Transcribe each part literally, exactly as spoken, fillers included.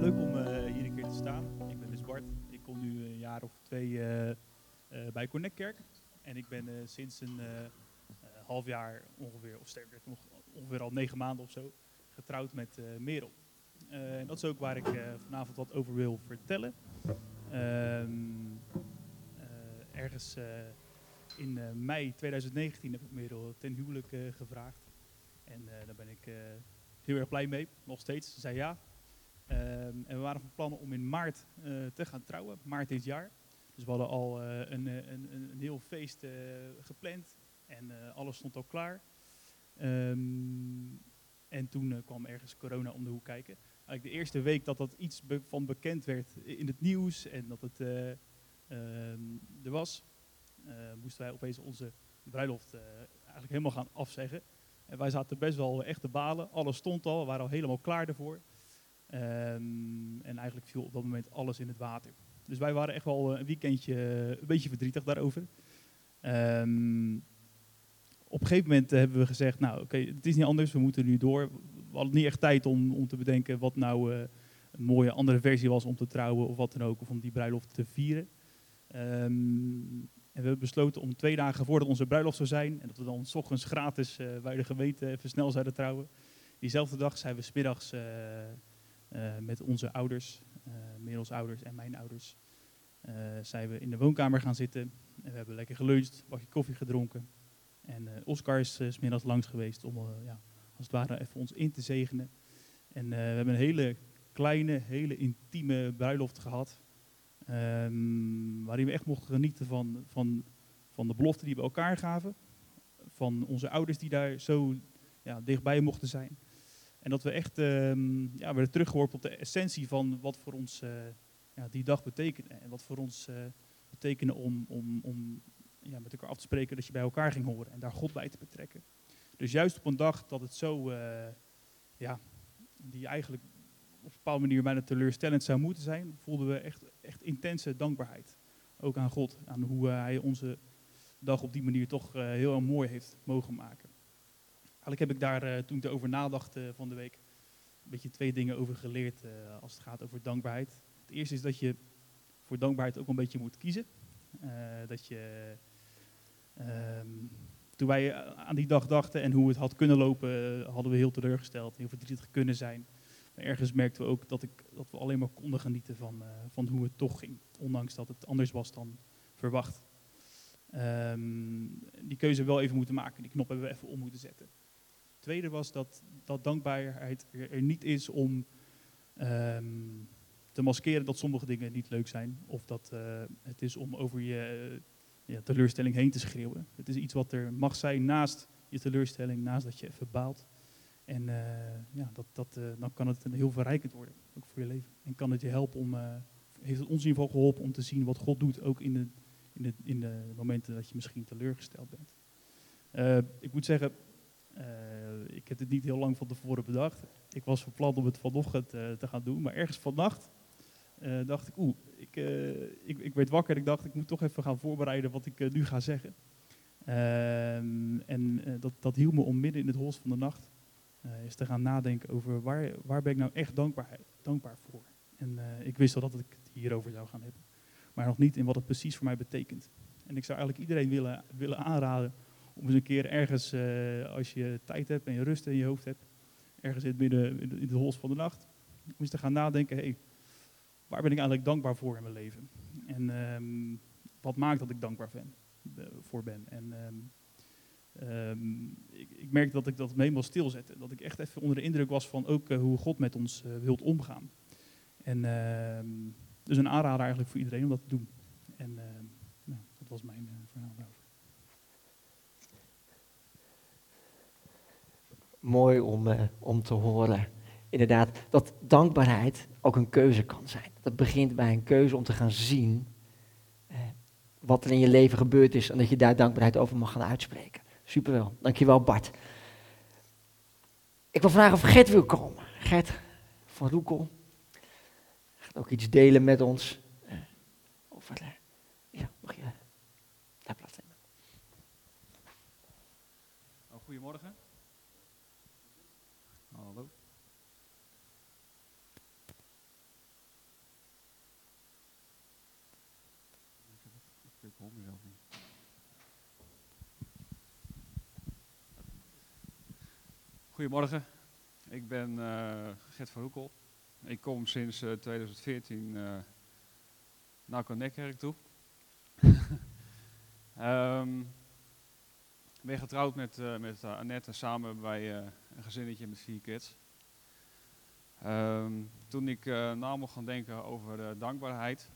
leuk om uh, hier een keer te staan. Ik ben dus Bart. Ik kom nu een jaar of twee uh, uh, bij Connectkerk. En ik ben uh, sinds een uh, uh, half jaar ongeveer, of sterker nog ongeveer al negen maanden of zo, getrouwd met uh, Merel. Uh, en dat is ook waar ik uh, vanavond wat over wil vertellen. Um, uh, ergens uh, in uh, mei twintig negentien heb ik Merel ten huwelijk uh, gevraagd. En uh, daar ben ik uh, heel erg blij mee, nog steeds. Ze zei ja. Um, en we waren van plan om in maart uh, te gaan trouwen, maart dit jaar. Dus we hadden al uh, een, een, een, een heel feest uh, gepland en uh, alles stond al klaar. Um, en toen uh, kwam ergens corona om de hoek kijken. Eigenlijk de eerste week dat dat iets be- van bekend werd in het nieuws en dat het uh, uh, er was, uh, moesten wij opeens onze bruiloft uh, eigenlijk helemaal gaan afzeggen. En wij zaten best wel echt te balen, alles stond al, we waren al helemaal klaar ervoor. Um, en eigenlijk viel op dat moment alles in het water. Dus wij waren echt wel een weekendje een beetje verdrietig daarover. Um, op een gegeven moment hebben we gezegd, nou oké, okay, het is niet anders, we moeten nu door. We hadden niet echt tijd om, om te bedenken wat nou uh, een mooie andere versie was om te trouwen of wat dan ook, of om die bruiloft te vieren. Um, en we hebben besloten om twee dagen voordat onze bruiloft zou zijn, en dat we dan 's ochtends gratis uh, bij de gemeente even snel zouden trouwen. Diezelfde dag zijn we 's middags uh, uh, met onze ouders, uh, Merels ouders en mijn ouders, uh, zijn we in de woonkamer gaan zitten. En we hebben lekker geluncht, een bakje koffie gedronken. En uh, Oscar is uh, 's middags langs geweest om uh, ja, als het ware even ons in te zegenen. En uh, we hebben een hele kleine, hele intieme bruiloft gehad. Um, waarin we echt mochten genieten van, van, van de beloften die we elkaar gaven. Van onze ouders die daar zo ja, dichtbij mochten zijn. En dat we echt um, ja, werden teruggeworpen op de essentie van wat voor ons uh, ja, die dag betekende. En wat voor ons uh, betekende om, om, om ja, met elkaar af te spreken dat je bij elkaar ging horen. En daar God bij te betrekken. Dus juist op een dag dat het zo, uh, ja, die eigenlijk op een bepaalde manier bijna teleurstellend zou moeten zijn, voelden we echt, echt intense dankbaarheid. Ook aan God, aan hoe uh, hij onze dag op die manier toch uh, heel erg mooi heeft mogen maken. Eigenlijk heb ik daar, uh, toen ik erover nadacht uh, van de week, een beetje twee dingen over geleerd uh, als het gaat over dankbaarheid. Het eerste is dat je voor dankbaarheid ook een beetje moet kiezen. Uh, dat je, um, toen wij aan die dag dachten en hoe het had kunnen lopen, uh, hadden we heel teleurgesteld, heel verdrietig kunnen zijn. Maar ergens merkten we ook dat, ik, dat we alleen maar konden genieten van, uh, van hoe het toch ging, ondanks dat het anders was dan verwacht. Um, die keuze wel even moeten maken, die knop hebben we even om moeten zetten. Het tweede was dat, dat dankbaarheid er, er niet is om um, te maskeren dat sommige dingen niet leuk zijn. Of dat uh, het is om over je uh, ja, teleurstelling heen te schreeuwen. Het is iets wat er mag zijn naast je teleurstelling, naast dat je even baalt. En uh, ja, dat, dat, uh, dan kan het heel verrijkend worden, ook voor je leven. En kan het je helpen om, uh, heeft het ons in ieder geval geholpen om te zien wat God doet, ook in de, in de, in de momenten dat je misschien teleurgesteld bent. Uh, ik moet zeggen, uh, ik heb het niet heel lang van tevoren bedacht. Ik was van plan om het vanochtend uh, te gaan doen, maar ergens vannacht uh, dacht ik, oeh, ik, uh, ik, ik werd wakker en ik dacht, ik moet toch even gaan voorbereiden wat ik uh, nu ga zeggen. Uh, en uh, dat, dat hield me om midden in het hols van de nacht uh, is te gaan nadenken over waar, waar ben ik nou echt dankbaar, dankbaar voor. En uh, ik wist al dat ik het hierover zou gaan hebben, maar nog niet in wat het precies voor mij betekent. En ik zou eigenlijk iedereen willen, willen aanraden om eens een keer ergens, uh, als je tijd hebt en je rust in je hoofd hebt, ergens in het midden, in het hols van de nacht, om eens te gaan nadenken, hey, waar ben ik eigenlijk dankbaar voor in mijn leven? En um, wat maakt dat ik dankbaar ben, uh, voor ben? En um, um, ik, ik merkte dat ik dat me helemaal stilzette. Dat ik echt even onder de indruk was van ook uh, hoe God met ons uh, wilt omgaan. En uh, dus een aanrader eigenlijk voor iedereen om dat te doen. En uh, nou, dat was mijn uh, verhaal daarover. Mooi om, uh, om te horen. Inderdaad, dat dankbaarheid ook een keuze kan zijn. Dat begint bij een keuze om te gaan zien uh, wat er in je leven gebeurd is en dat je daar dankbaarheid over mag gaan uitspreken. Superwel, dankjewel Bart. Ik wil vragen of Gert wil komen. Gert van Roekel gaat ook iets delen met ons. Uh, over, uh, ja, mag je daar plaatsnemen. Oh, goedemorgen. Hallo. Goedemorgen, ik ben uh, Gert van Hoekel. Ik kom sinds uh, twintig veertien uh, naar Connectkerk toe. um, ik ben getrouwd met, uh, met uh, Annette en samen hebben wij uh, een gezinnetje met vier kids. Um, toen ik uh, na mocht gaan denken over uh, dankbaarheid,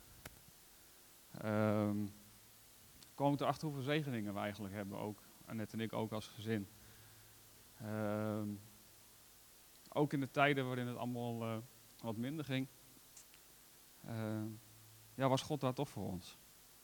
um, kwam ik erachter hoeveel zegeningen we eigenlijk hebben, ook Annette en ik ook als gezin. Um, ook in de tijden waarin het allemaal uh, wat minder ging, uh, ja, was God daar toch voor ons.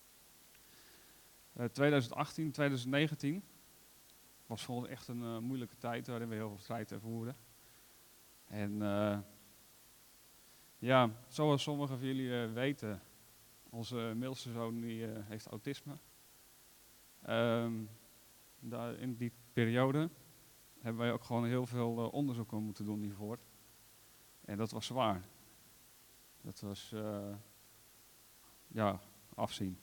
Uh, twintig achttien, twintig negentien was voor ons echt een uh, moeilijke tijd waarin we heel veel strijd voerden. En uh, ja, zoals sommigen van jullie uh, weten, onze middelste zoon die, uh, heeft autisme. Um, daar, in die periode hebben wij ook gewoon heel veel uh, onderzoeken moeten doen hiervoor. En dat was zwaar. Dat was, uh, ja, afzien.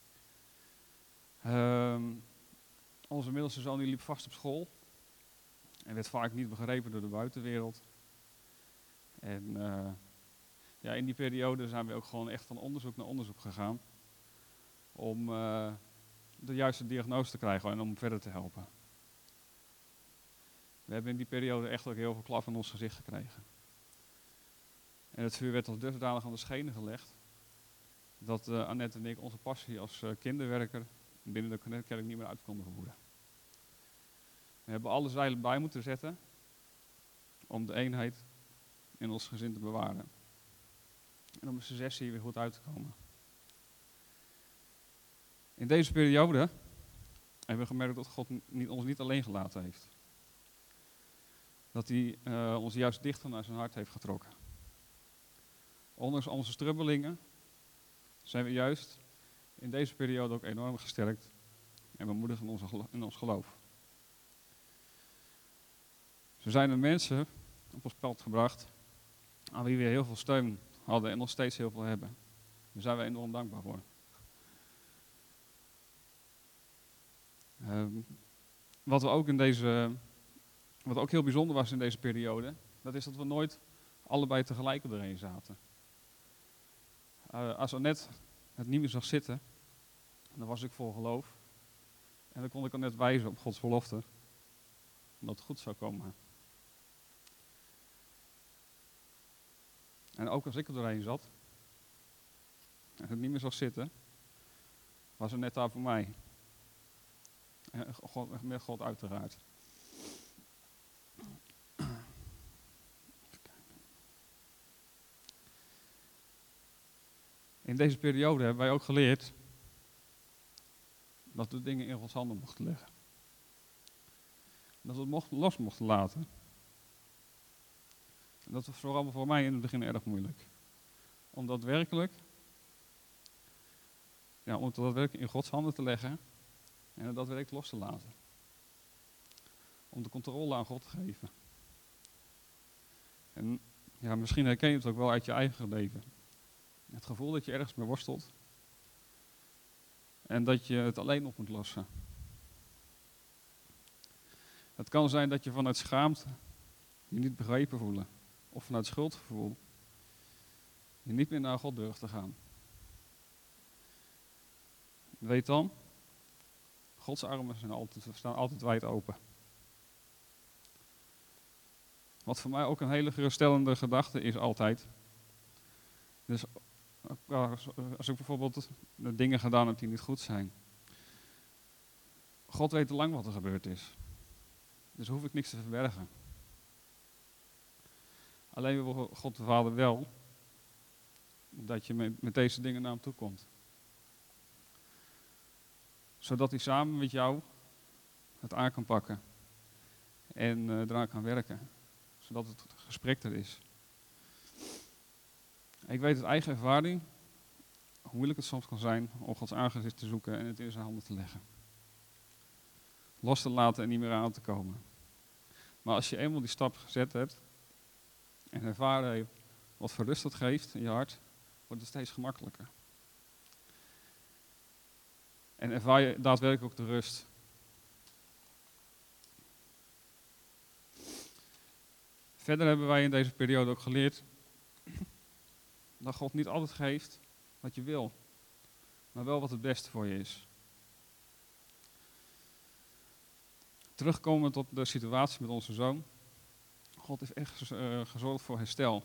Um, onze middelste zoon die liep vast op school. En werd vaak niet begrepen door de buitenwereld. En uh, ja, in die periode zijn we ook gewoon echt van onderzoek naar onderzoek gegaan. Om uh, de juiste diagnose te krijgen en om hem verder te helpen. We hebben in die periode echt ook heel veel klap in ons gezicht gekregen. En het vuur werd ons dusdanig aan de schenen gelegd, dat uh, Annette en ik onze passie als uh, kinderwerker binnen de Connectkerk niet meer uit konden voeren. We hebben alle zeilen bij moeten zetten om de eenheid in ons gezin te bewaren. En om de successie weer goed uit te komen. In deze periode hebben we gemerkt dat God niet, ons niet alleen gelaten heeft. Dat hij uh, ons juist dichter naar zijn hart heeft getrokken. Ondanks onze strubbelingen zijn we juist in deze periode ook enorm gesterkt en bemoedigd in, onze, in ons geloof. Zo zijn er mensen op ons pad gebracht aan wie we heel veel steun hadden en nog steeds heel veel hebben. Daar zijn we enorm dankbaar voor. Um, wat we ook in deze, wat ook heel bijzonder was in deze periode, dat is dat we nooit allebei tegelijk erheen zaten. Uh, als Annette het niet meer zag zitten, dan was ik vol geloof. En dan kon ik Annette wijzen op Gods belofte, dat het goed zou komen. En ook als ik er doorheen zat, en het niet meer zag zitten, was Annette daar voor mij. En God, met God uiteraard. In deze periode hebben wij ook geleerd dat we dingen in Gods handen mochten leggen. Dat we het mochten, los mochten laten. En dat was vooral voor mij in het begin erg moeilijk. Om dat werkelijk, ja, om het daadwerkelijk in Gods handen te leggen en het daadwerkelijk los te laten. Om de controle aan God te geven. En ja, misschien herken je het ook wel uit je eigen leven. Het gevoel dat je ergens mee worstelt. En dat je het alleen op moet lossen. Het kan zijn dat je vanuit schaamte je niet begrepen voelen. Of vanuit schuldgevoel je niet meer naar God durft te gaan. Weet dan, Gods armen zijn altijd, staan altijd wijd open. Wat voor mij ook een hele geruststellende gedachte is altijd. Dus als ik bijvoorbeeld dingen gedaan heb die niet goed zijn. God weet al lang wat er gebeurd is. Dus hoef ik niks te verbergen. Alleen wil God de Vader wel dat je met, met deze dingen naar hem toe komt. Zodat hij samen met jou het aan kan pakken. En uh, eraan kan werken. Zodat het gesprek er is. Ik weet uit eigen ervaring hoe moeilijk het soms kan zijn om Gods aangezicht te zoeken en het in zijn handen te leggen. Los te laten en niet meer aan te komen. Maar als je eenmaal die stap gezet hebt en ervaren hebt wat voor rust dat geeft in je hart, wordt het steeds gemakkelijker. En ervaar je daadwerkelijk ook de rust. Verder hebben wij in deze periode ook geleerd dat God niet altijd geeft wat je wil, maar wel wat het beste voor je is. Terugkomend op de situatie met onze zoon. God heeft echt uh, gezorgd voor herstel.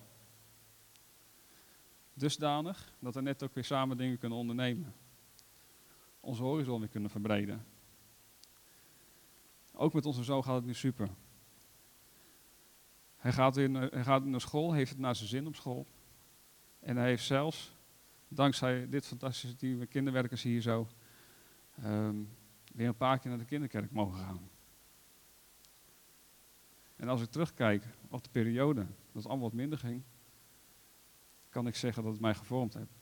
Dusdanig dat we net ook weer samen dingen kunnen ondernemen. Onze horizon weer kunnen verbreden. Ook met onze zoon gaat het nu super. Hij gaat, in, hij gaat naar school, heeft het naar zijn zin op school. En hij heeft zelfs, dankzij dit fantastische team kinderwerkers hier zo, um, weer een paar keer naar de kinderkerk mogen gaan. En als ik terugkijk op de periode dat het allemaal wat minder ging, kan ik zeggen dat het mij gevormd heeft.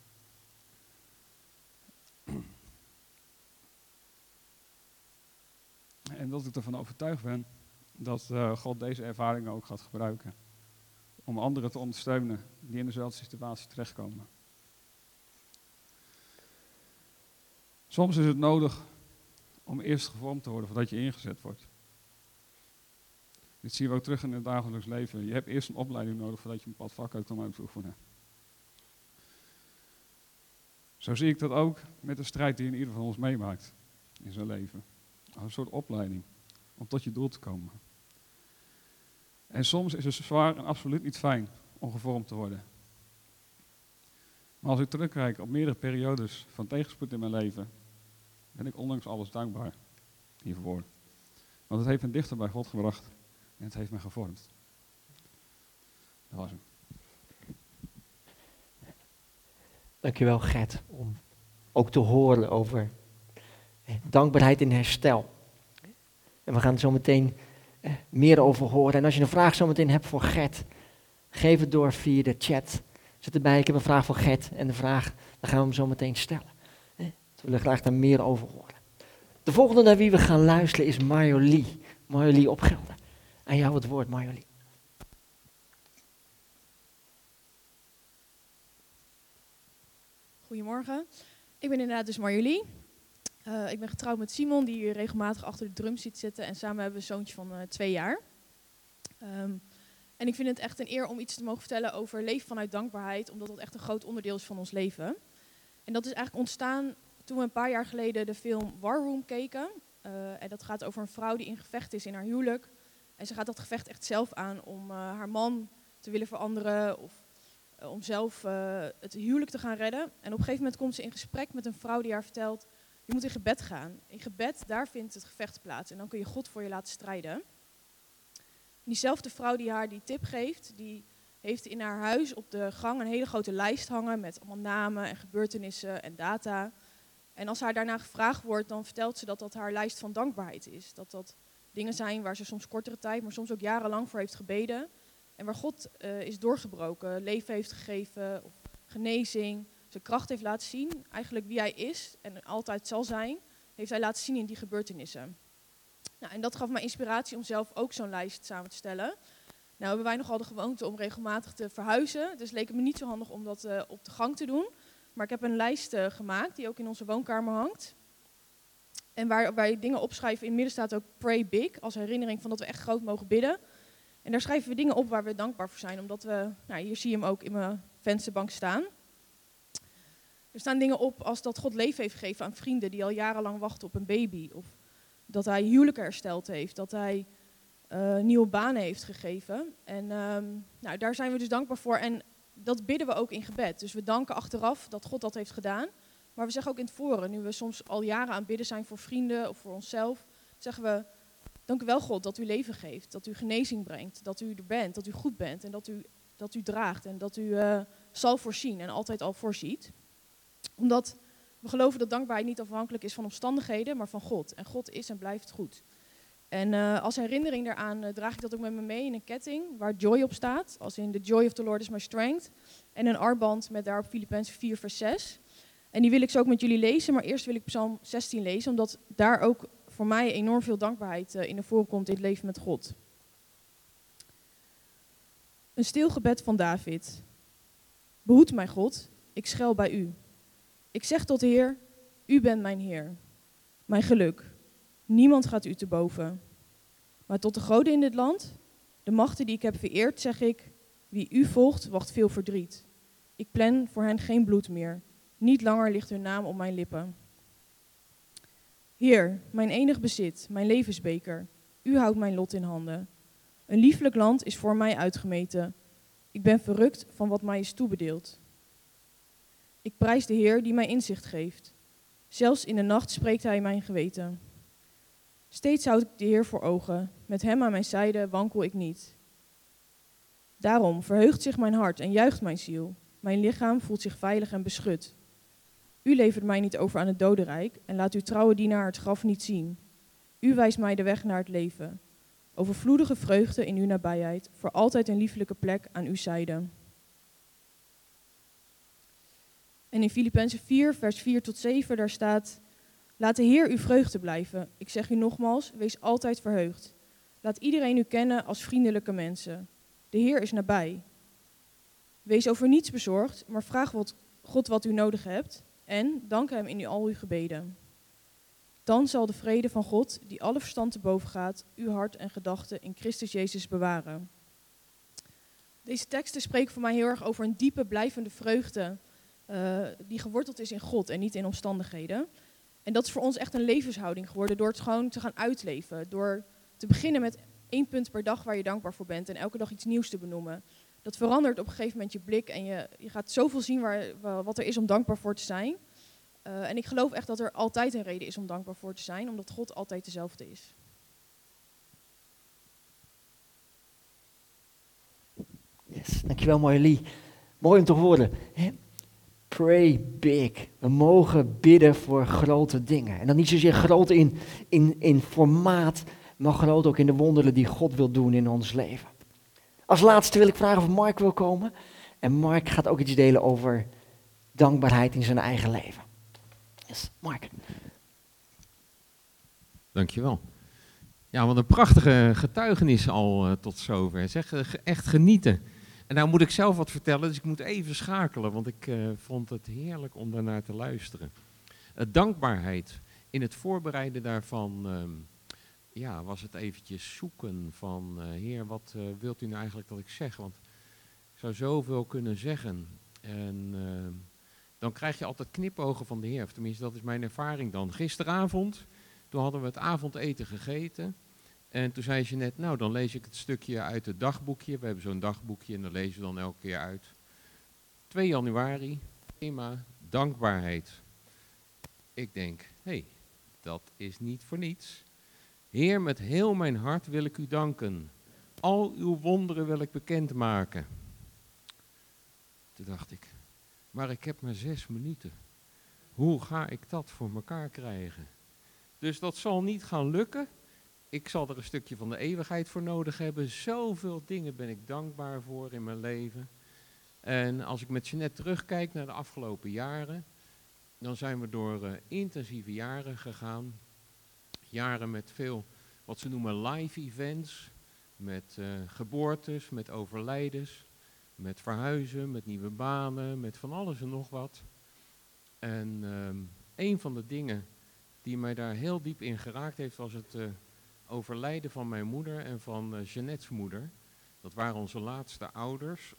En dat ik ervan overtuigd ben dat uh, God deze ervaringen ook gaat gebruiken om anderen te ondersteunen die in dezelfde situatie terechtkomen. Soms is het nodig om eerst gevormd te worden voordat je ingezet wordt. Dit zien we ook terug in het dagelijks leven. Je hebt eerst een opleiding nodig voordat je een bepaald vak uit kan uitoefenen. Zo zie ik dat ook met de strijd die in ieder van ons meemaakt in zijn leven. Als een soort opleiding om tot je doel te komen. En soms is het zwaar en absoluut niet fijn om gevormd te worden. Maar als ik terugkijk op meerdere periodes van tegenspoed in mijn leven, ben ik ondanks alles dankbaar hiervoor. Want het heeft me dichter bij God gebracht en het heeft me gevormd. Dat was hem. Dankjewel Gert, om ook te horen over eh, dankbaarheid in herstel. En we gaan er zo meteen eh, meer over horen. En als je een vraag zo meteen hebt voor Gert, geef het door via de chat. Zet erbij, ik heb een vraag voor Gert en de vraag, dan gaan we hem zo meteen stellen. Eh, we willen graag daar meer over horen. De volgende naar wie we gaan luisteren is Marjolie. Marjolie Opgelder. Aan jou het woord, Marjolie. Goedemorgen, ik ben inderdaad dus Marjolie. Uh, ik ben getrouwd met Simon, die hier regelmatig achter de drums ziet zitten. En samen hebben we een zoontje van uh, twee jaar. Um, en ik vind het echt een eer om iets te mogen vertellen over leven vanuit dankbaarheid. Omdat dat echt een groot onderdeel is van ons leven. En dat is eigenlijk ontstaan toen we een paar jaar geleden de film War Room keken. Uh, en dat gaat over een vrouw die in gevecht is in haar huwelijk. En ze gaat dat gevecht echt zelf aan om uh, haar man te willen veranderen of uh, om zelf uh, het huwelijk te gaan redden. En op een gegeven moment komt ze in gesprek met een vrouw die haar vertelt, je moet in gebed gaan. In gebed, daar vindt het gevecht plaats en dan kun je God voor je laten strijden. En diezelfde vrouw die haar die tip geeft, die heeft in haar huis op de gang een hele grote lijst hangen met allemaal namen en gebeurtenissen en data. En als haar daarna gevraagd wordt, dan vertelt ze dat dat haar lijst van dankbaarheid is. Dat dat dingen zijn waar ze soms kortere tijd, maar soms ook jarenlang voor heeft gebeden. En waar God uh, is doorgebroken, leven heeft gegeven, of genezing, zijn kracht heeft laten zien. Eigenlijk wie hij is en altijd zal zijn, heeft hij laten zien in die gebeurtenissen. Nou, en dat gaf mij inspiratie om zelf ook zo'n lijst samen te stellen. Nou hebben wij nogal de gewoonte om regelmatig te verhuizen. Dus leek het me niet zo handig om dat uh, op de gang te doen. Maar ik heb een lijst uh, gemaakt die ook in onze woonkamer hangt. En waar wij dingen opschrijven, in het midden staat ook Pray Big, als herinnering van dat we echt groot mogen bidden. En daar schrijven we dingen op waar we dankbaar voor zijn, omdat we, nou hier zie je hem ook in mijn vensterbank staan. Er staan dingen op als dat God leven heeft gegeven aan vrienden die al jarenlang wachten op een baby. Of dat hij huwelijken hersteld heeft, dat hij uh, nieuwe banen heeft gegeven. En um, nou, daar zijn we dus dankbaar voor en dat bidden we ook in gebed. Dus we danken achteraf dat God dat heeft gedaan. Maar we zeggen ook in het voren, nu we soms al jaren aan het bidden zijn voor vrienden of voor onszelf, zeggen we, dank u wel God dat u leven geeft, dat u genezing brengt, dat u er bent, dat u goed bent en dat u, dat u draagt en dat u uh, zal voorzien en altijd al voorziet. Omdat we geloven dat dankbaarheid niet afhankelijk is van omstandigheden, maar van God. En God is en blijft goed. En uh, als herinnering daaraan uh, draag ik dat ook met me mee in een ketting waar joy op staat, als in the joy of the Lord is my strength. En een armband met daarop Filippenzen vier vers zes. En die wil ik zo ook met jullie lezen, maar eerst wil ik Psalm zestien lezen, omdat daar ook voor mij enorm veel dankbaarheid uh, in naar voren komt in het leven met God. Een stil gebed van David. Behoed mij God, ik schuil bij u. Ik zeg tot de Heer, u bent mijn Heer, mijn geluk. Niemand gaat u te boven. Maar tot de goden in dit land, De machten die ik heb vereerd, zeg ik, wie u volgt, wacht veel verdriet. Ik plan voor hen geen bloed meer. Niet langer ligt hun naam op mijn lippen. Heer, mijn enig bezit, mijn levensbeker, u houdt mijn lot in handen. Een lieflijk land is voor mij uitgemeten. Ik ben verrukt van wat mij is toebedeeld. Ik prijs de Heer die mij inzicht geeft. Zelfs in de nacht spreekt hij mijn geweten. Steeds houd ik de Heer voor ogen. Met hem aan mijn zijde wankel ik niet. Daarom verheugt zich mijn hart en juicht mijn ziel. Mijn lichaam voelt zich veilig en beschut. U levert mij niet over aan het dodenrijk en laat uw trouwe dienaar het graf niet zien. U wijst mij de weg naar het leven. Overvloedige vreugde in uw nabijheid, voor altijd een lieflijke plek aan uw zijde. En in Filippenzen vier, vers vier tot zeven, daar staat: Laat de Heer uw vreugde blijven. Ik zeg u nogmaals, wees altijd verheugd. Laat iedereen u kennen als vriendelijke mensen. De Heer is nabij. Wees over niets bezorgd, maar vraag wat God wat u nodig hebt en dank hem in al uw gebeden. Dan zal de vrede van God, die alle verstand te boven gaat, uw hart en gedachten in Christus Jezus bewaren. Deze teksten spreken voor mij heel erg over een diepe, blijvende vreugde uh, die geworteld is in God en niet in omstandigheden. En dat is voor ons echt een levenshouding geworden door het gewoon te gaan uitleven. Door te beginnen met één punt per dag waar je dankbaar voor bent en elke dag iets nieuws te benoemen. Dat verandert op een gegeven moment je blik en je, je gaat zoveel zien waar, wat er is om dankbaar voor te zijn. Uh, en ik geloof echt dat er altijd een reden is om dankbaar voor te zijn, omdat God altijd dezelfde is. Yes, dankjewel Marjolie. Mooi om te horen. Hè? Pray big. We mogen bidden voor grote dingen. En dan niet zozeer groot in, in, in formaat, maar groot ook in de wonderen die God wil doen in ons leven. Als laatste wil ik vragen of Mark wil komen. En Mark gaat ook iets delen over dankbaarheid in zijn eigen leven. Yes, Mark. Dankjewel. Ja, wat een prachtige getuigenis al uh, tot zover. Zeg, uh, echt genieten. En nou moet ik zelf wat vertellen, dus ik moet even schakelen, want ik uh, vond het heerlijk om daarnaar te luisteren. Uh, dankbaarheid. In het voorbereiden daarvan um, ja, was het eventjes zoeken van, uh, Heer, wat uh, wilt u nou eigenlijk dat ik zeg? Want ik zou zoveel kunnen zeggen. En uh, dan krijg je altijd knipogen van de Heer, of tenminste dat is mijn ervaring dan. Gisteravond, toen hadden we het avondeten gegeten. En toen zei ze net, nou dan lees ik het stukje uit het dagboekje. We hebben zo'n dagboekje en dat lezen we dan elke keer uit. twee januari, thema dankbaarheid. Ik denk, hé, hey, dat is niet voor niets. Heer, met heel mijn hart wil ik u danken. Al uw wonderen wil ik bekendmaken. Toen dacht ik, maar ik heb maar zes minuten. Hoe ga ik dat voor elkaar krijgen? Dus dat zal niet gaan lukken. Ik zal er een stukje van de eeuwigheid voor nodig hebben. Zoveel dingen ben ik dankbaar voor in mijn leven. En als ik met Jeanette terugkijk naar de afgelopen jaren, dan zijn we door uh, intensieve jaren gegaan. Jaren met veel, wat ze noemen live events. Met uh, geboortes, met overlijdens, met verhuizen, met nieuwe banen, met van alles en nog wat. En um, een van de dingen die mij daar heel diep in geraakt heeft, was het uh, overlijden van mijn moeder en van uh, Jeanette's moeder. Dat waren onze laatste ouders.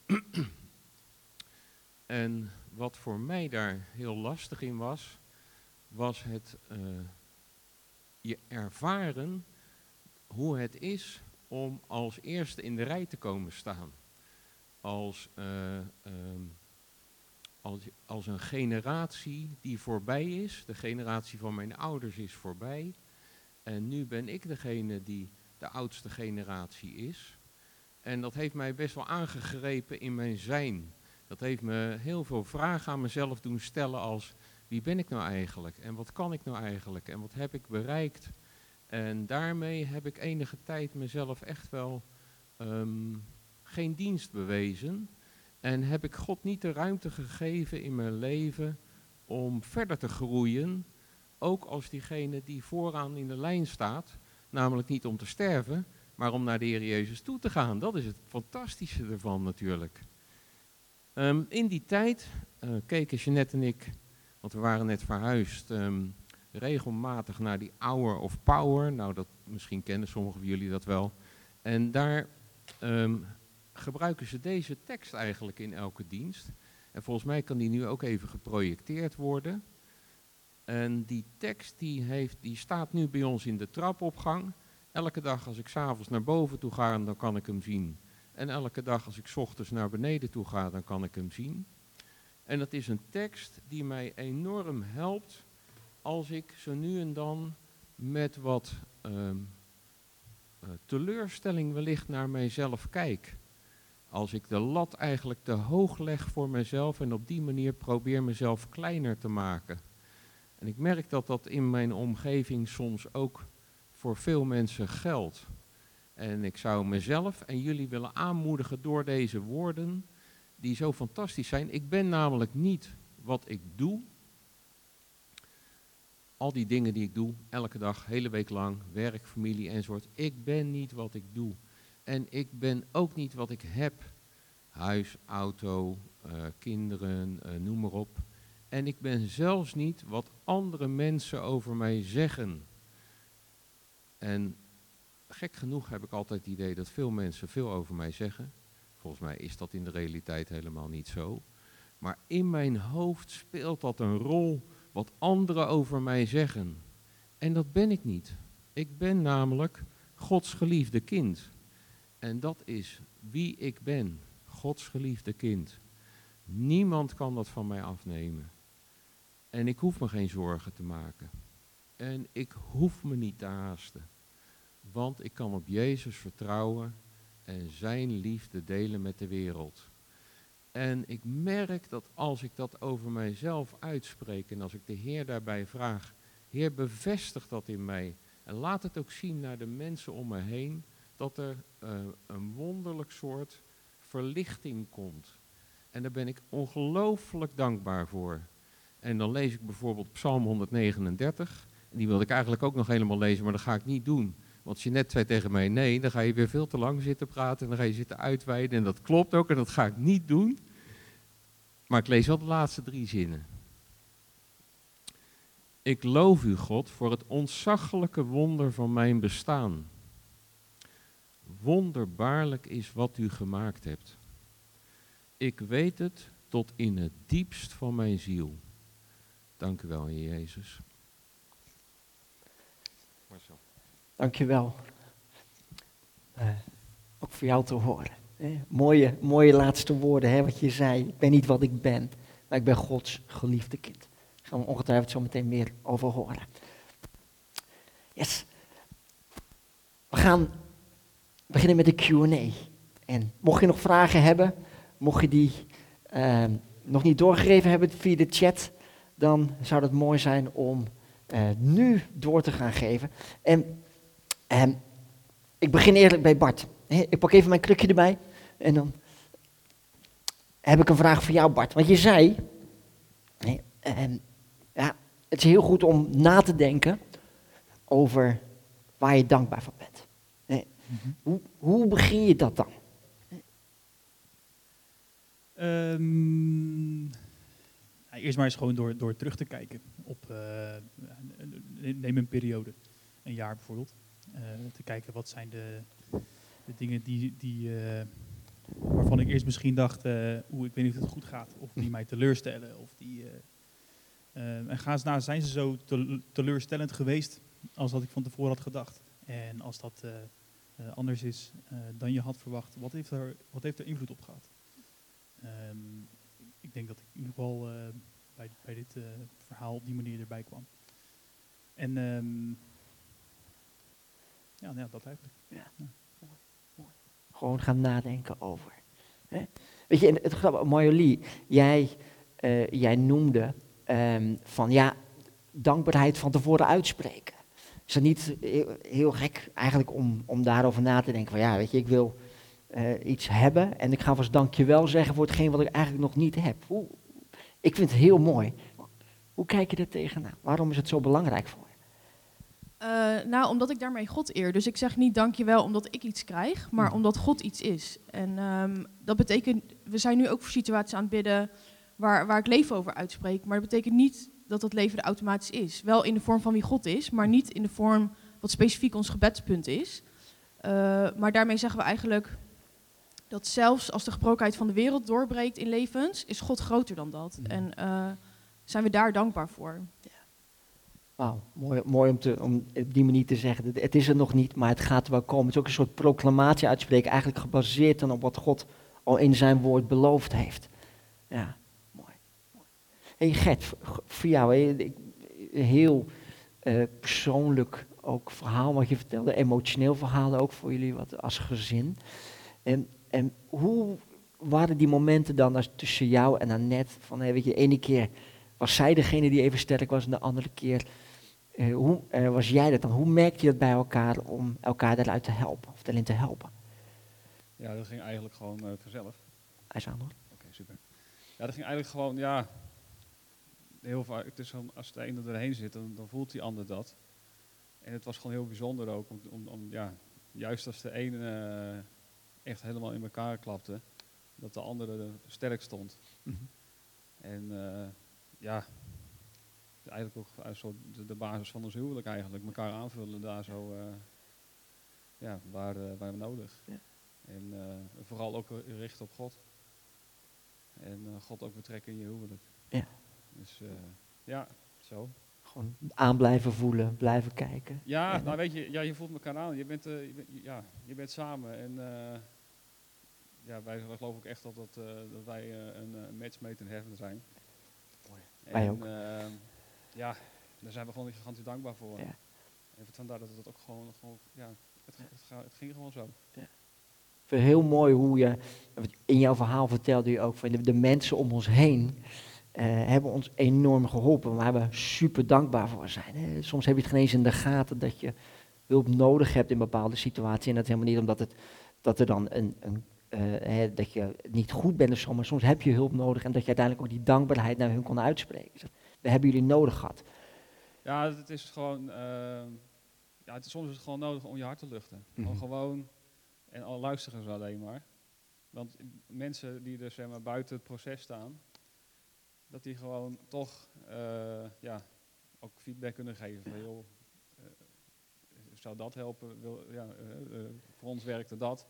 En wat voor mij daar heel lastig in was, was het uh, je ervaren hoe het is om als eerste in de rij te komen staan. Als, uh, um, als, als een generatie die voorbij is. De generatie van mijn ouders is voorbij. En nu ben ik degene die de oudste generatie is. En dat heeft mij best wel aangegrepen in mijn zijn. Dat heeft me heel veel vragen aan mezelf doen stellen als, wie ben ik nou eigenlijk? En wat kan ik nou eigenlijk? En wat heb ik bereikt? En daarmee heb ik enige tijd mezelf echt wel um, geen dienst bewezen. En heb ik God niet de ruimte gegeven in mijn leven om verder te groeien. Ook als diegene die vooraan in de lijn staat. Namelijk niet om te sterven, maar om naar de Heer Jezus toe te gaan. Dat is het fantastische ervan natuurlijk. Um, in die tijd uh, keken Jeanette en ik, want we waren net verhuisd, um, regelmatig naar die Hour of Power. Nou, dat, misschien kennen sommigen van jullie dat wel. En daar um, gebruiken ze deze tekst eigenlijk in elke dienst. En volgens mij kan die nu ook even geprojecteerd worden. En die tekst die heeft, die staat nu bij ons in de trapopgang. Elke dag als ik 's avonds naar boven toe ga, dan kan ik hem zien. En elke dag als ik 's ochtends naar beneden toe ga, dan kan ik hem zien. En dat is een tekst die mij enorm helpt als ik zo nu en dan met wat um, uh, teleurstelling wellicht naar mijzelf kijk. Als ik de lat eigenlijk te hoog leg voor mezelf en op die manier probeer mezelf kleiner te maken. En ik merk dat dat in mijn omgeving soms ook voor veel mensen geldt. En ik zou mezelf en jullie willen aanmoedigen door deze woorden die zo fantastisch zijn. Ik ben namelijk niet wat ik doe. Al die dingen die ik doe, elke dag, hele week lang, werk, familie enzovoort. Ik ben niet wat ik doe. En ik ben ook niet wat ik heb. Huis, auto, uh, kinderen, uh, noem maar op. En ik ben zelfs niet wat andere mensen over mij zeggen. En gek genoeg heb ik altijd het idee dat veel mensen veel over mij zeggen. Volgens mij is dat in de realiteit helemaal niet zo. Maar in mijn hoofd speelt dat een rol wat anderen over mij zeggen. En dat ben ik niet. Ik ben namelijk Gods geliefde kind. En dat is wie ik ben. Gods geliefde kind. Niemand kan dat van mij afnemen. En ik hoef me geen zorgen te maken. En ik hoef me niet te haasten. Want ik kan op Jezus vertrouwen en zijn liefde delen met de wereld. En ik merk dat als ik dat over mijzelf uitspreek en als ik de Heer daarbij vraag, Heer, bevestig dat in mij en laat het ook zien naar de mensen om me heen, dat er uh, een wonderlijk soort verlichting komt. En daar ben ik ongelooflijk dankbaar voor. En dan lees ik bijvoorbeeld Psalm honderdnegenendertig. En die wilde ik eigenlijk ook nog helemaal lezen, maar dat ga ik niet doen. Want Jeanette zei tegen mij, nee, dan ga je weer veel te lang zitten praten en dan ga je zitten uitweiden. En dat klopt ook en dat ga ik niet doen. Maar ik lees wel de laatste drie zinnen. Ik loof u, God, voor het ontzaglijke wonder van mijn bestaan. Wonderbaarlijk is wat u gemaakt hebt. Ik weet het tot in het diepst van mijn ziel. Dank u wel, Heer Jezus. Marcel. Dank je wel. Uh, ook voor jou te horen. Hè? Mooie, mooie laatste woorden, hè, wat je zei. Ik ben niet wat ik ben, maar ik ben Gods geliefde kind. Daar gaan we ongetwijfeld zo meteen meer over horen. Yes. We gaan beginnen met de Q en A. En mocht je nog vragen hebben, mocht je die uh, nog niet doorgegeven hebben via de chat, dan zou het mooi zijn om uh, nu door te gaan geven. En uh, ik begin eerlijk bij Bart. He, ik pak even mijn krukje erbij en dan heb ik een vraag voor jou, Bart. Want je zei, he, uh, ja, het is heel goed om na te denken over waar je dankbaar voor bent. He, mm-hmm. hoe, hoe begin je dat dan? Um, nou, eerst maar eens gewoon door, door terug te kijken op, uh, neem een periode, een jaar bijvoorbeeld. Uh, te kijken wat zijn de, de dingen die, die, uh, waarvan ik eerst misschien dacht, uh, oeh, ik weet niet of het goed gaat. Of die mij teleurstellen. Of die, uh, uh, en ga eens na, zijn ze zo te, teleurstellend geweest als dat ik van tevoren had gedacht. En als dat uh, uh, anders is uh, dan je had verwacht, wat heeft er, wat heeft er invloed op gehad? Um, ik denk dat ik in ieder geval uh, bij, bij dit uh, verhaal op die manier erbij kwam. En um, ja, nou ja, dat eigenlijk. Ja. Ja. Mooi, mooi. Gewoon gaan nadenken over. Hè? Weet je, het grappige, Marjolie, jij, uh, jij noemde um, van ja, dankbaarheid van tevoren uitspreken. Is dat niet heel, heel gek eigenlijk om, om daarover na te denken van ja, weet je, ik wil Uh, iets hebben en ik ga vast dankjewel zeggen voor hetgeen wat ik eigenlijk nog niet heb. Oeh, ik vind het heel mooi. Hoe kijk je er tegenaan? Waarom is het zo belangrijk voor je? Uh, nou, omdat ik daarmee God eer. Dus ik zeg niet dankjewel omdat ik iets krijg, maar omdat God iets is. En um, dat betekent, we zijn nu ook voor situaties aan het bidden waar, waar ik leven over uitspreek, maar dat betekent niet dat dat leven er automatisch is. Wel in de vorm van wie God is, maar niet in de vorm wat specifiek ons gebedspunt is. Uh, maar daarmee zeggen we eigenlijk, dat zelfs als de gebrokenheid van de wereld doorbreekt in levens, is God groter dan dat. Mhm. En uh, zijn we daar dankbaar voor. Wauw, mooi, mooi om, te, om op die manier te zeggen. Het, het is er nog niet, maar het gaat er wel komen. Het is ook een soort proclamatie uitspreken, eigenlijk gebaseerd dan op wat God al in zijn woord beloofd heeft. Ja, mooi. mooi. Hey Gert, voor, voor jou, he, heel uh, persoonlijk ook verhaal wat je vertelde, emotioneel verhaal ook voor jullie wat als gezin. En, en hoe waren die momenten dan als tussen jou en Annette? Van, hey, weet je, de ene keer was zij degene die even sterk was en de andere keer uh, hoe, uh, was jij dat dan? Hoe merkte je dat bij elkaar om elkaar daaruit te helpen of daarin te helpen? Ja, dat ging eigenlijk gewoon uh, vanzelf. Hij is aan hoor. Oké, okay, super. Ja, dat ging eigenlijk gewoon, ja, heel vaak, het is zo, als de ene erheen zit, dan, dan voelt die ander dat. En het was gewoon heel bijzonder ook, om, om, om ja, juist als de ene uh, echt helemaal in elkaar klapte, dat de andere sterk stond. Mm-hmm. En uh, ja, eigenlijk ook uh, zo de, de basis van ons huwelijk eigenlijk, elkaar aanvullen daar zo, uh, ja, waar, uh, waar we nodig. Ja. En uh, vooral ook richten op God. En uh, God ook betrekken in je huwelijk. Ja. Dus uh, ja, zo. Gewoon aan blijven voelen, blijven kijken. Ja, en nou weet je, ja, je voelt elkaar aan. Je bent, uh, je bent, ja, je bent samen. En uh, ja, wij geloven ook echt dat, dat, uh, dat wij uh, een uh, match made in heaven zijn. Mooi. En, wij ook. Uh, ja, daar zijn we gewoon gigantisch dankbaar voor. Ja. En vandaar dat het ook gewoon, gewoon ja, het, het, het ging gewoon zo. Ja. Ik vind het heel mooi hoe je, in jouw verhaal vertelde je ook, van de, de mensen om ons heen uh, hebben ons enorm geholpen, waar we super dankbaar voor zijn. Hè. Soms heb je het geen eens in de gaten dat je hulp nodig hebt in bepaalde situaties. En dat is helemaal niet omdat het, dat er dan een, een uh, hè, dat je niet goed bent of zo, maar soms heb je hulp nodig en dat je uiteindelijk ook die dankbaarheid naar hun kon uitspreken. We hebben jullie nodig gehad. Ja, het is gewoon, uh, ja, het is, soms is het gewoon nodig om je hart te luchten. Mm-hmm. Gewoon, en al luisteren ze alleen maar. Want mensen die er zeg maar, buiten het proces staan, dat die gewoon toch uh, ja, ook feedback kunnen geven. Van, joh, uh, zou dat helpen? Wil, ja, uh, uh, voor ons werkte dat.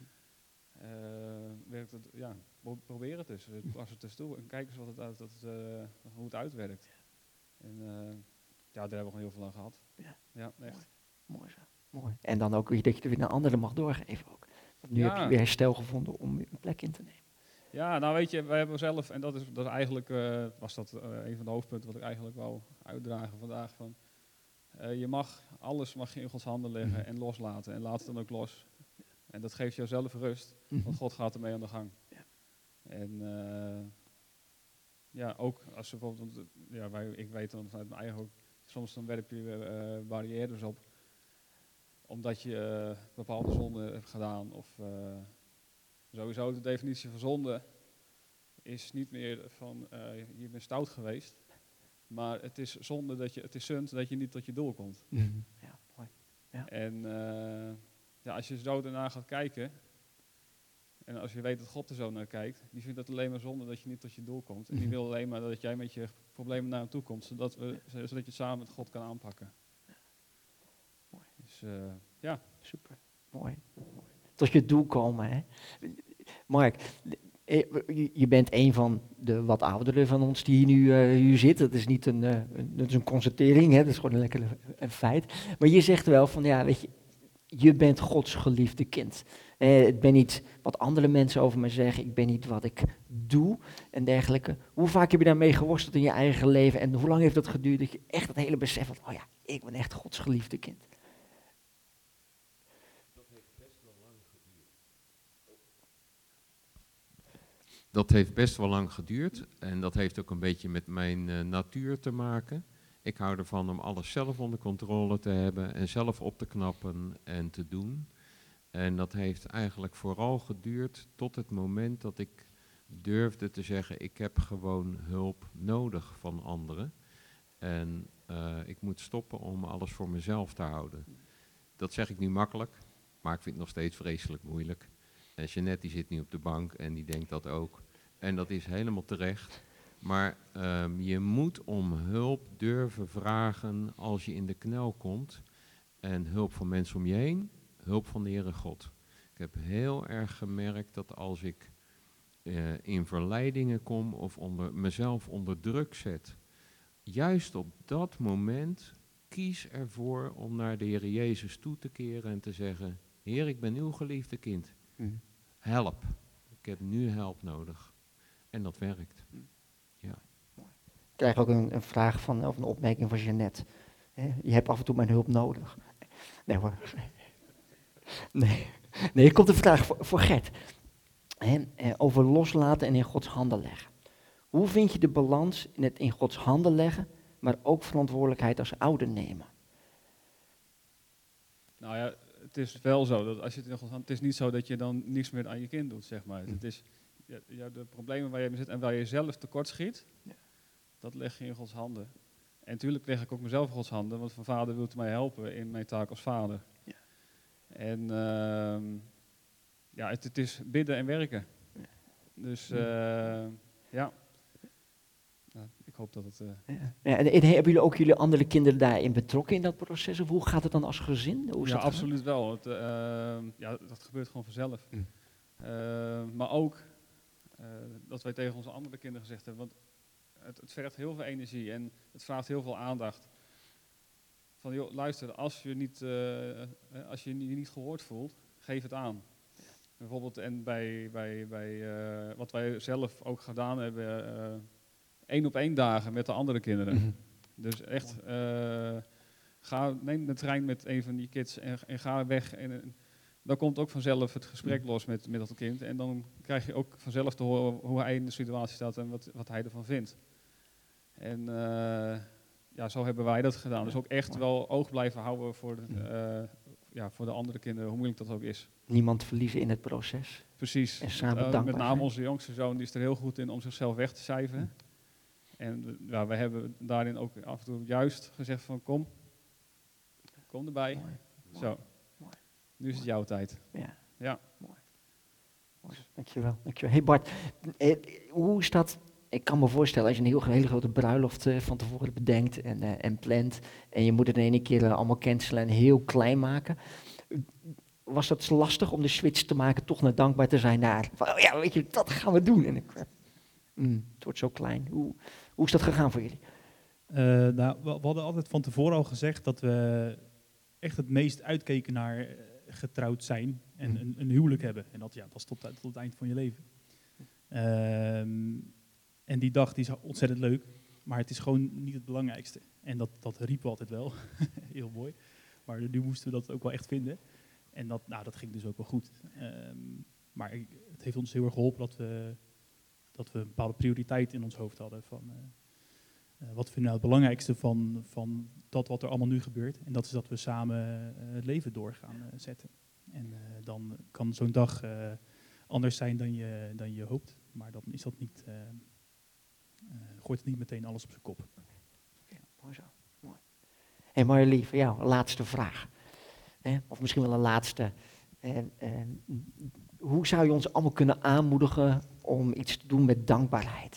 Uh, werkt het, ja, probeer het eens. Pas het eens toe en kijk eens wat het, dat, dat, uh, hoe het uitwerkt. En, uh, ja, daar hebben we gewoon heel veel aan gehad. Ja, ja echt. Mooi. Mooi zo. Mooi. En dan ook dat je er weer naar anderen mag doorgeven ook. Want nu ja. heb je weer herstel gevonden om een plek in te nemen. Ja, nou weet je, wij hebben zelf, en dat is, dat is eigenlijk, uh, was dat uh, een van de hoofdpunten wat ik eigenlijk wou uitdragen vandaag. Van, uh, je mag, alles mag je in Gods handen leggen mm-hmm. en loslaten. En laat het dan ook los. En dat geeft jou zelf rust, mm-hmm. want God gaat ermee aan de gang. Ja. En uh, ja, ook als je bijvoorbeeld, ja, wij, ik weet dan vanuit mijn eigen ook, soms dan werp je uh, barrières op, omdat je uh, bepaalde zonden hebt gedaan. Of uh, sowieso de definitie van zonde is niet meer van uh, je bent stout geweest, maar het is zonde dat je, het is zund dat je niet tot je doel komt. Mm-hmm. Ja, mooi. Ja. En uh, ja, als je zo daarna gaat kijken, en als je weet dat God er zo naar kijkt, die vindt het alleen maar zonde dat je niet tot je doel komt. En die wil alleen maar dat jij met je problemen naar hem toe komt, zodat, we, zodat je het samen met God kan aanpakken. Mooi. Dus uh, ja. Super. Mooi. Tot je doel komen, hè. Mark, je bent een van de wat ouderen van ons die hier nu uh, hier zit. Dat is niet een, uh, een, dat is een constatering, hè. Dat is gewoon een lekker een feit. Maar je zegt wel van, ja, weet je, je bent Gods geliefde kind. Eh, ik ben niet wat andere mensen over me zeggen. Ik ben niet wat ik doe en dergelijke. Hoe vaak heb je daarmee geworsteld in je eigen leven? En hoe lang heeft dat geduurd dat je echt het hele besef had, oh ja, ik ben echt Gods geliefde kind? Dat heeft best wel lang geduurd. Dat heeft best wel lang geduurd. En dat heeft ook een beetje met mijn uh, natuur te maken. Ik hou ervan om alles zelf onder controle te hebben en zelf op te knappen en te doen. En dat heeft eigenlijk vooral geduurd tot het moment dat ik durfde te zeggen, ik heb gewoon hulp nodig van anderen. En uh, ik moet stoppen om alles voor mezelf te houden. Dat zeg ik nu makkelijk, maar ik vind het nog steeds vreselijk moeilijk. En Jeanette die zit nu op de bank en die denkt dat ook. En dat is helemaal terecht. Maar um, je moet om hulp durven vragen als je in de knel komt. En hulp van mensen om je heen, hulp van de Heere God. Ik heb heel erg gemerkt dat als ik uh, in verleidingen kom of onder, mezelf onder druk zet, juist op dat moment kies ervoor om naar de Heer Jezus toe te keren en te zeggen, Heer, ik ben uw geliefde kind. Mm. Help. Ik heb nu hulp nodig. En dat werkt. Ja. Ik krijg ook een, een vraag van, of een opmerking van Jeannette. He, je hebt af en toe mijn hulp nodig. Nee hoor. Nee, nee, er komt een vraag voor, voor Gert. He, over loslaten en in Gods handen leggen. Hoe vind je de balans in het in Gods handen leggen, maar ook verantwoordelijkheid als ouder nemen? Nou ja, het is wel zo dat als je het in Gods hand, het is niet zo dat je dan niks meer aan je kind doet, zeg maar. Mm. Het is ja, ja, de problemen waar je mee zit en waar je zelf tekort schiet, ja. Dat leg je in Gods handen. En natuurlijk leg ik ook mezelf in Gods handen, want van vader wil mij helpen in mijn taak als vader. Ja. En uh, ja, het, het is bidden en werken. Ja. Dus uh, ja. Nou, ik hoop dat het... Uh... Ja. Ja, en, en hebben jullie ook jullie andere kinderen daarin betrokken in dat proces? Of hoe gaat het dan als gezin? Hoe is ja, dat absoluut wel. Het, uh, ja, dat gebeurt gewoon vanzelf. Mm. Uh, maar ook uh, dat wij tegen onze andere kinderen gezegd hebben, want het, het vergt heel veel energie en het vraagt heel veel aandacht. Van joh, luister, als je niet, uh, als je je niet gehoord voelt, geef het aan. Bijvoorbeeld en bij, bij, bij uh, wat wij zelf ook gedaan hebben, uh, één op één dagen met de andere kinderen. Mm-hmm. Dus echt, uh, ga, neem de trein met een van die kids en, en ga weg. En, en dan komt ook vanzelf het gesprek los met, met dat kind. En dan krijg je ook vanzelf te horen hoe hij in de situatie staat en wat, wat hij ervan vindt. En uh, ja, zo hebben wij dat gedaan. Dus ook echt wel oog blijven houden voor de, uh, ja, voor de andere kinderen, hoe moeilijk dat ook is. Niemand verliezen in het proces. Precies. En samen uh, met name onze jongste zoon, die is er heel goed in om zichzelf weg te cijferen. Mm. En ja, wij hebben daarin ook af en toe juist gezegd van kom, kom erbij. Mooi. Zo, mooi. Nu is het jouw tijd. Ja. Ja. Mooi. Mooi. Dankjewel. Dankjewel. Hey Bart, eh, hoe is dat? Ik kan me voorstellen, als je een heel, hele grote bruiloft uh, van tevoren bedenkt en, uh, en plant, en je moet het in één keer uh, allemaal cancelen en heel klein maken. Was dat lastig om de switch te maken, toch naar dankbaar te zijn naar, van, oh ja, weet je, dat gaan we doen. En ik, mm, het wordt zo klein. Hoe, hoe is dat gegaan voor jullie? Uh, nou, we, we hadden altijd van tevoren al gezegd dat we echt het meest uitkeken naar uh, getrouwd zijn en mm. een, een huwelijk hebben. En dat, ja, dat is tot, tot het eind van je leven. Um, En die dag die is ontzettend leuk, maar het is gewoon niet het belangrijkste. En dat, dat riepen we altijd wel, heel mooi. Maar nu moesten we dat ook wel echt vinden. En dat, nou, dat ging dus ook wel goed. Um, maar het heeft ons heel erg geholpen dat we, dat we een bepaalde prioriteit in ons hoofd hadden. Van, uh, uh, wat vinden we nou het belangrijkste van, van dat wat er allemaal nu gebeurt. En dat is dat we samen uh, het leven door gaan uh, zetten. En uh, dan kan zo'n dag uh, anders zijn dan je, dan je hoopt. Maar dan is dat niet... Uh, Uh, gooit het niet meteen alles op zijn kop. Ja, mooi zo. Mooi. Hey Marjolie, voor jou een laatste vraag. Eh, of misschien wel een laatste. Eh, eh, hoe zou je ons allemaal kunnen aanmoedigen om iets te doen met dankbaarheid?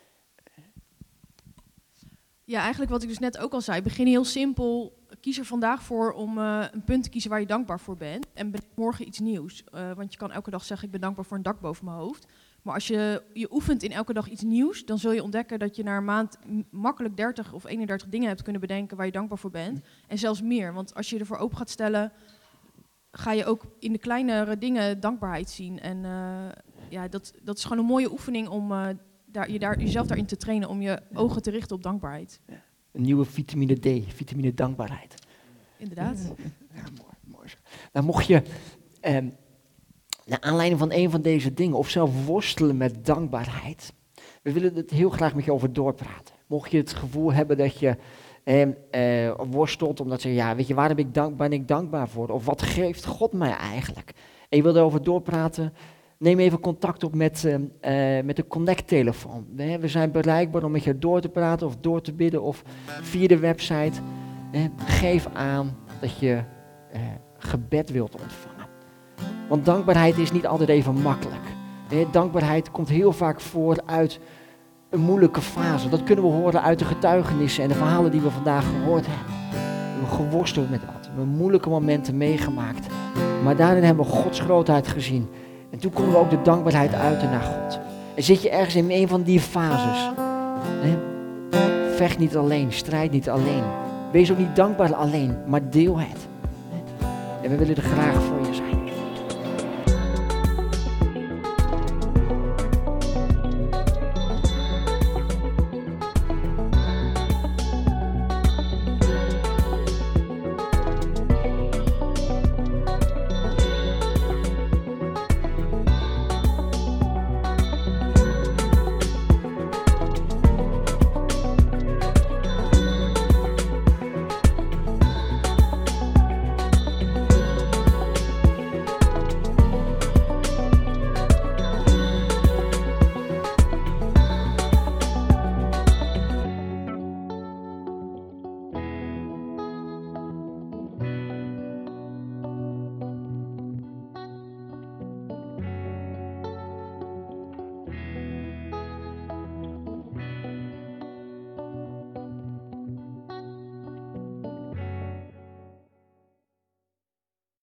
Ja, eigenlijk wat ik dus net ook al zei. Begin heel simpel. Kies er vandaag voor om uh, een punt te kiezen waar je dankbaar voor bent. En bedenk morgen iets nieuws. Uh, want je kan elke dag zeggen, ik ben dankbaar voor een dak boven mijn hoofd. Maar als je je oefent in elke dag iets nieuws, dan zul je ontdekken dat je na een maand m- makkelijk dertig of eenendertig dingen hebt kunnen bedenken waar je dankbaar voor bent. En zelfs meer, want als je ervoor open gaat stellen, ga je ook in de kleinere dingen dankbaarheid zien. En uh, ja, dat, dat is gewoon een mooie oefening om uh, daar, je daar, jezelf daarin te trainen, om je ogen te richten op dankbaarheid. Ja. Een nieuwe vitamine D, vitamine dankbaarheid. Inderdaad. Ja, mooi, mooi. Nou, mocht je... Um, naar aanleiding van een van deze dingen, of zelf worstelen met dankbaarheid. We willen het heel graag met je over doorpraten. Mocht je het gevoel hebben dat je eh, eh, worstelt, omdat je, ja, weet je, waar heb ik dank, ben ik dankbaar voor? Of wat geeft God mij eigenlijk? En je wil erover doorpraten, neem even contact op met, uh, uh, met de Connect-telefoon. We, we zijn bereikbaar om met je door te praten of door te bidden of via de website. Eh, geef aan dat je uh, gebed wilt ontvangen. Want dankbaarheid is niet altijd even makkelijk. Nee, dankbaarheid komt heel vaak voort uit een moeilijke fase. Dat kunnen we horen uit de getuigenissen en de verhalen die we vandaag gehoord hebben. We hebben geworsteld met wat. We hebben moeilijke momenten meegemaakt. Maar daarin hebben we Gods grootheid gezien. En toen konden we ook de dankbaarheid uiten naar God. En zit je ergens in een van die fases. Hè? Vecht niet alleen, strijd niet alleen. Wees ook niet dankbaar alleen, maar deel het. En we willen er graag voor je